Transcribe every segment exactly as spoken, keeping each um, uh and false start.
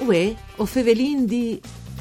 Uè, o Fevelin di...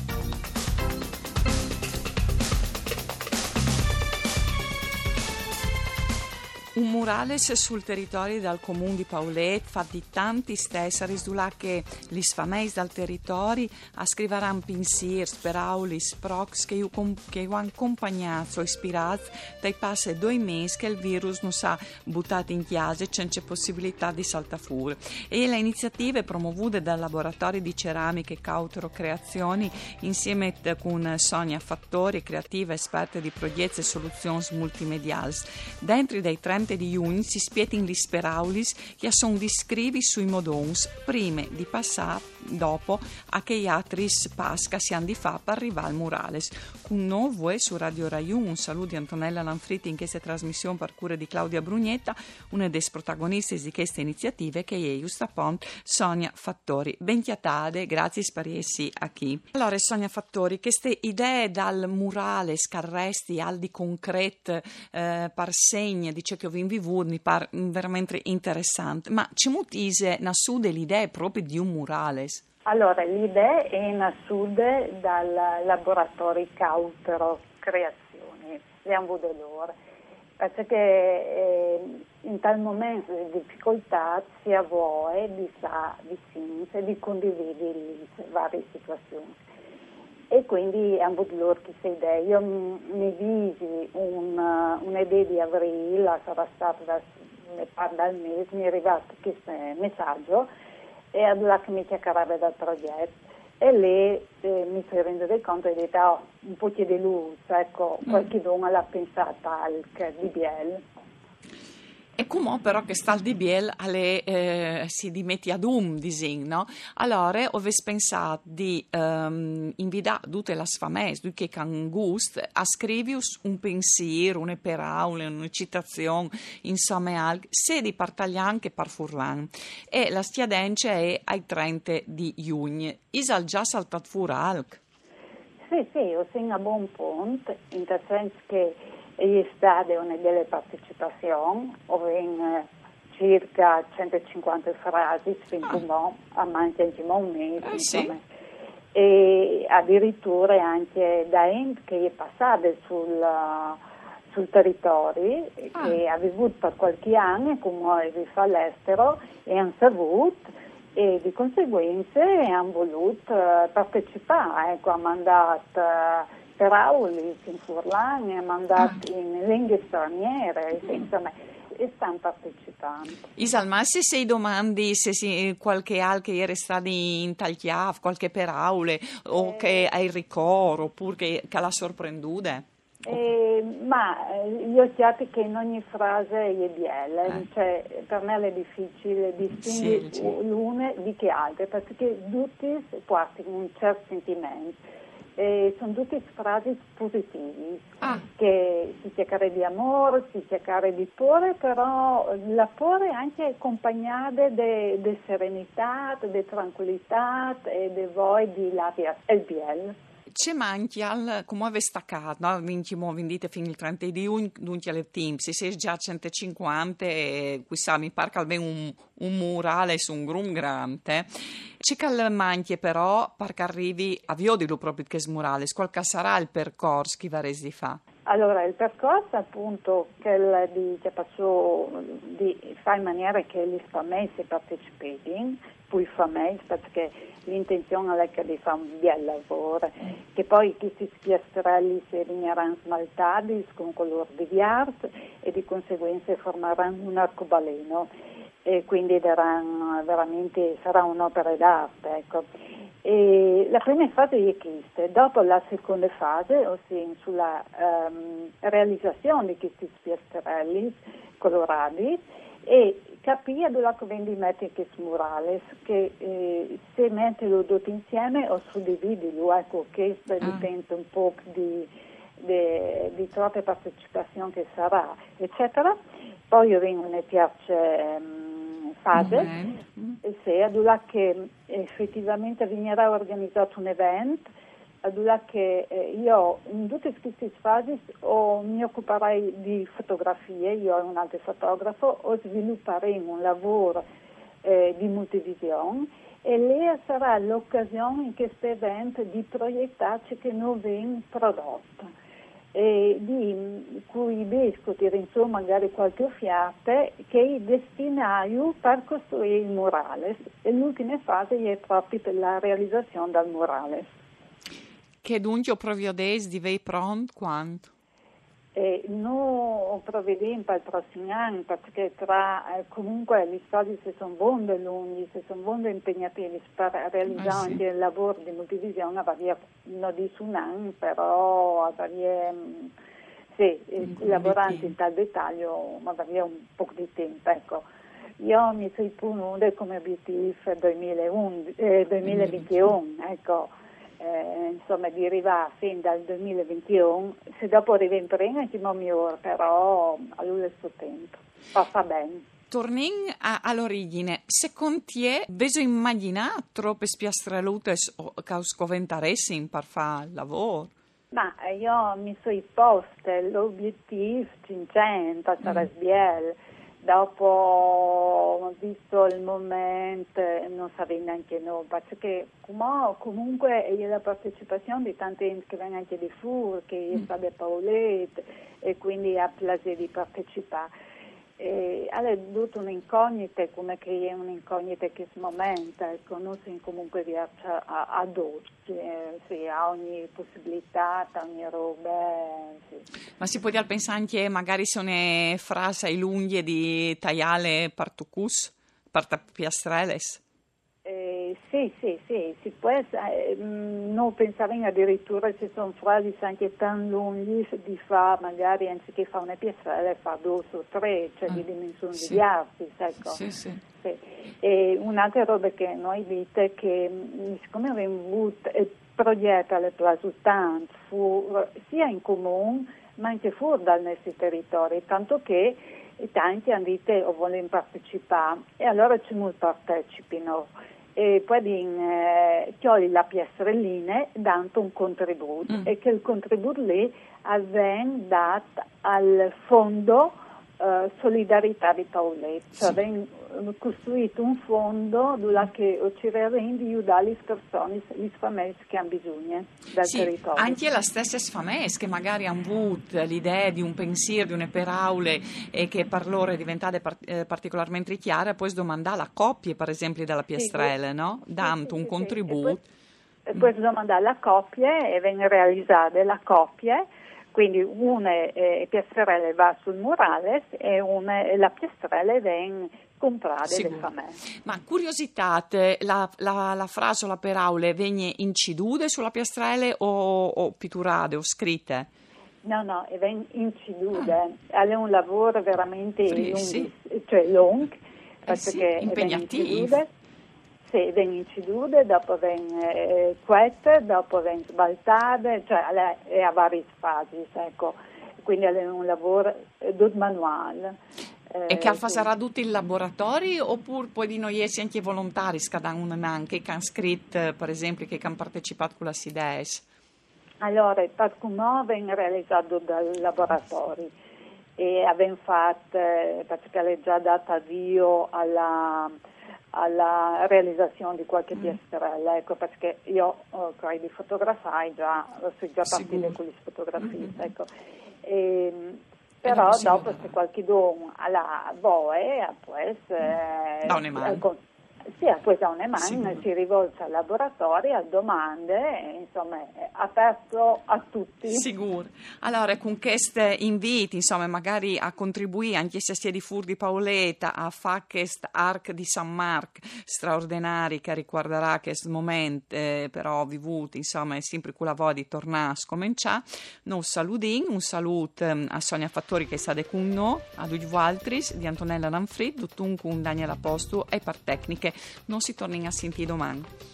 Un murales sul territorio del comune di Paulet fa di tanti stessi risdulà che gli sfameis dal territorio a scrivere un pensiero, sperauli, sprox che io che ho accompagnato, ispirato dai passi due mesi che il virus non sa buttato in chiesa e senza possibilità di saltare fuori. E le iniziative promovute dal laboratorio di ceramiche Cautero Creazioni insieme con Sonia Fattori, creativa esperta di progetti e soluzioni multimediali. Dentro dei trenta di giugno si spietin gli speraulis che sono descrivi sui modons prima di passare dopo a che gli altri pasca si hanno di fa per arrivare al murales. Con noi su Radio Rai uno, un saluto di Antonella Lanfritti in questa trasmissione per cura di Claudia Brugnetta, una delle protagoniste di queste iniziative che è Justa Pont, Sonia Fattori. Ben chiatade, grazie spariessi a chi. Allora Sonia Fattori, queste idee dal murales carresti al di concret eh, par segni di ciò che ho in vivu mi pare veramente interessante, ma ci mutise nassude l'idea proprio di un murales? Allora, l'idea è nascuda dal laboratorio Cautero Creazioni, le avuto loro, perché eh, in tal momento di difficoltà si vuole di stare vicini e di condividere le varie situazioni. E quindi hanno avuto loro questa idea. Io mi visi un, un'idea di aprile, sarà stata da, dal mese, mi è arrivato questo messaggio e allora che mi chiacchierava dal progetto e lì eh, mi sono renduta conto e ho detto oh, un po' di luce, ecco, mm. qualche donna l'ha pensata al D B L. E come però che sta il D B L alle, eh, si dimetti ad un disegno, no? Allora ho pensato di um, invitare tutte le sfamese, che can gust, a scrivere un pensiero, una paraula, una citazione, insomma, se di partagliare anche per furlan. E la stiadenza è ai trenta di giugno. Isal già saltato fuori alc? Sì, sì, ho segnato un buon punto, in tal senso che è stata una delle partecipazioni, ho in circa centocinquanta frasi, fin ah. a mangiamo un mese, eh, sì. E addirittura anche da ent che è passata sul, sul territorio, ah. che ha vissuto per qualche anno, come vive all'estero, e hanno saputo e di conseguenza hanno voluto partecipare, ecco, hanno mandato per auli in Furlani, hanno mandato ah. in lingue straniere, insomma, e stanno partecipando. Isalma, se sei domandi se si, qualche al che era stato in tagliaf, qualche per aule, o eh. che hai ricordo, oppure che, che la sorprenduta? Eh, ma io chiaro che in ogni frase è biella, eh. cioè per me è difficile distinguere sì, sì. l'una di che altre, perché tutti portano un certo sentimento. Eh, sono tutte frasi positive, ah. che si cercare di amore, si cercare di pure, però la pure è anche accompagnata di serenità, di tranquillità e di voi di l'aria e il biel. C'è manchi al, come avete staccato, no? Vincimo vendite fino al trenta di giugno, dunque alle team, se sei già centocinquanta, e qui sa, mi pare almeno un, un murale su un grum grande. C'è che manchi però, perché arrivi a Viodilo proprio che smurale, qual sarà il percorso che varesi di fa? Allora, il percorso appunto che di, che passò di fare in maniera che gli sfamesi partecipino, poi famesi, perché l'intenzione è che di fare un bel lavoro, che poi questi spiastrelli si veniranno smaltati con colore di verde e di conseguenza formeranno un arcobaleno e quindi daranno, veramente sarà un'opera d'arte, ecco. E la prima fase è questa, dopo la seconda fase, ossia sulla um, realizzazione di questi spiastrelli colorati e capire dove vendi mettere questi murales, che eh, se metterlo tutti insieme o suddividerlo, ecco, questo ah. dipende un po' di, di, di troppe partecipazioni che sarà, eccetera. Poi vengono piace um, fase, mm-hmm. e se ad che effettivamente verrà organizzato un evento, ad che eh, io in tutte queste fasi o mi occuperei di fotografie, io ho un altro fotografo, o svilupperemo un lavoro eh, di multivisione, e lì sarà l'occasione in questo evento di proiettarci che non viene prodotto. E di cui discutere insomma magari qualche fiate che è destinato per costruire il murales, e l'ultima fase è proprio per la realizzazione del murales. Che dunque provvedete di vei pronto quando? E noi provvediamo per il prossimo anno, perché tra eh, comunque gli stadi si sono molto lunghi, si sono molto impegnativi per realizzare ah, sì. anche il lavoro di multivisione, varia, non di un anno, però varia, sì, lavorando in tal dettaglio, ma varia un po' di tempo, ecco. Io mi sono ponuto come obiettivo duemilaundici, eh, duemilaventuno, ecco. Eh, insomma di arrivare fin dal duemilaventuno, se dopo arriva anche migliore, però a lui il suo tempo fa, fa bene. Torniamo all'origine, secondo te veso immaginato troppe spiastrellute che scoventaresti per fare il lavoro? Ma io mi sono posta l'obiettivo cinquecento, sarà sbiel. Dopo ho visto il momento, non sapevo neanche noi, perché comunque è la partecipazione di tante gente che viene anche di fuori, che è stata Paolette, e quindi ha piacere di partecipare. E allora è tutta un'incognita, come che è un'incognita che si momenta, ecco, non si comunque riesce a, a dolci, eh, sì, a ogni possibilità, a ogni roba, sì. Ma si può dire pensare anche magari sono frasi e lunghe di tagliare partucus, partapiastreles? Eh, sì, sì, sì, si può, eh, non pensare addirittura se sono frasi anche tan lunghi di fare, magari anziché fare una piastrella fa due o tre, cioè ah, di dimensioni sì. diverse, ecco. Sì, sì. Sì. E un'altra roba che noi dite che siccome abbiamo avuto il progetto alle plasutanze fu sia in comune ma anche fuori dal nostro territorio, tanto che tanti hanno detto o vogliono partecipare, e allora ci molti partecipino. E poi eh, chiodi la piastrellina dando un contributo, mm. e che il contributo lì avviene dato al fondo eh, solidarietà di Paolette, sì. Cioè avviene costruito un fondo dove che ci rende aiutare le persone, le famiglie che hanno bisogno del sì, territorio. Anche le stesse famiglie che magari hanno avuto l'idea di un pensiero, di una peraule, e che per loro è diventata part- eh, particolarmente chiara, poi domandare la coppia, per esempio, della piastrella, sì, no? Dando sì, un sì, contributo. Sì. E poi, poi domandare la coppia e viene realizzata la coppia. Quindi una eh, piastrella va sul murales e una, la piastrella viene comprata dalle famiglie. Ma curiosità, la, la, la frase o la peraule viene inciduta sulla piastrella o, o pitturate o scritte? No, no, viene inciduta. Ah. È un lavoro veramente sì, lungo, sì. cioè lungo, eh sì, impegnativo. Sì, viene inciduta, dopo viene eh, quetta, dopo viene sbaltata, cioè è a varie fasi, ecco. Quindi è un lavoro eh, tutto manuale. Eh, e che alfa sarà tutto in laboratori oppure poi di noi essi anche volontari, scadan una man, che hanno scritto, per esempio, che hanno partecipato con le idee? Allora, il Parcumò viene realizzato dal laboratorio e abbiamo fatto, perché è già dato avvio alla... alla realizzazione di qualche piastrella, ecco, perché io oh, credo di fotografare già, sono già partita con le fotografie, mm-hmm. ecco. E, però dopo se qualche dono alla boe, può essere... Da un Sì, poi da una mano si rivolge al laboratorio, a domande, insomma, è aperto a tutti. Sicuro. Allora, con questi inviti, insomma, magari a contribuire anche se sia di Fur di Paoletta, a fare questo Arc di San Marco straordinari che riguarderà questo momento, eh, però vivuto, insomma, è sempre con la voglia di tornare a scominciare. Noi salutiamo, un saluto a Sonia Fattori che è stata con noi, a tutti gli altri, di Antonella Lanfrid, dunque un Daniela Postu e per tecniche. Non si torni a sentire domani.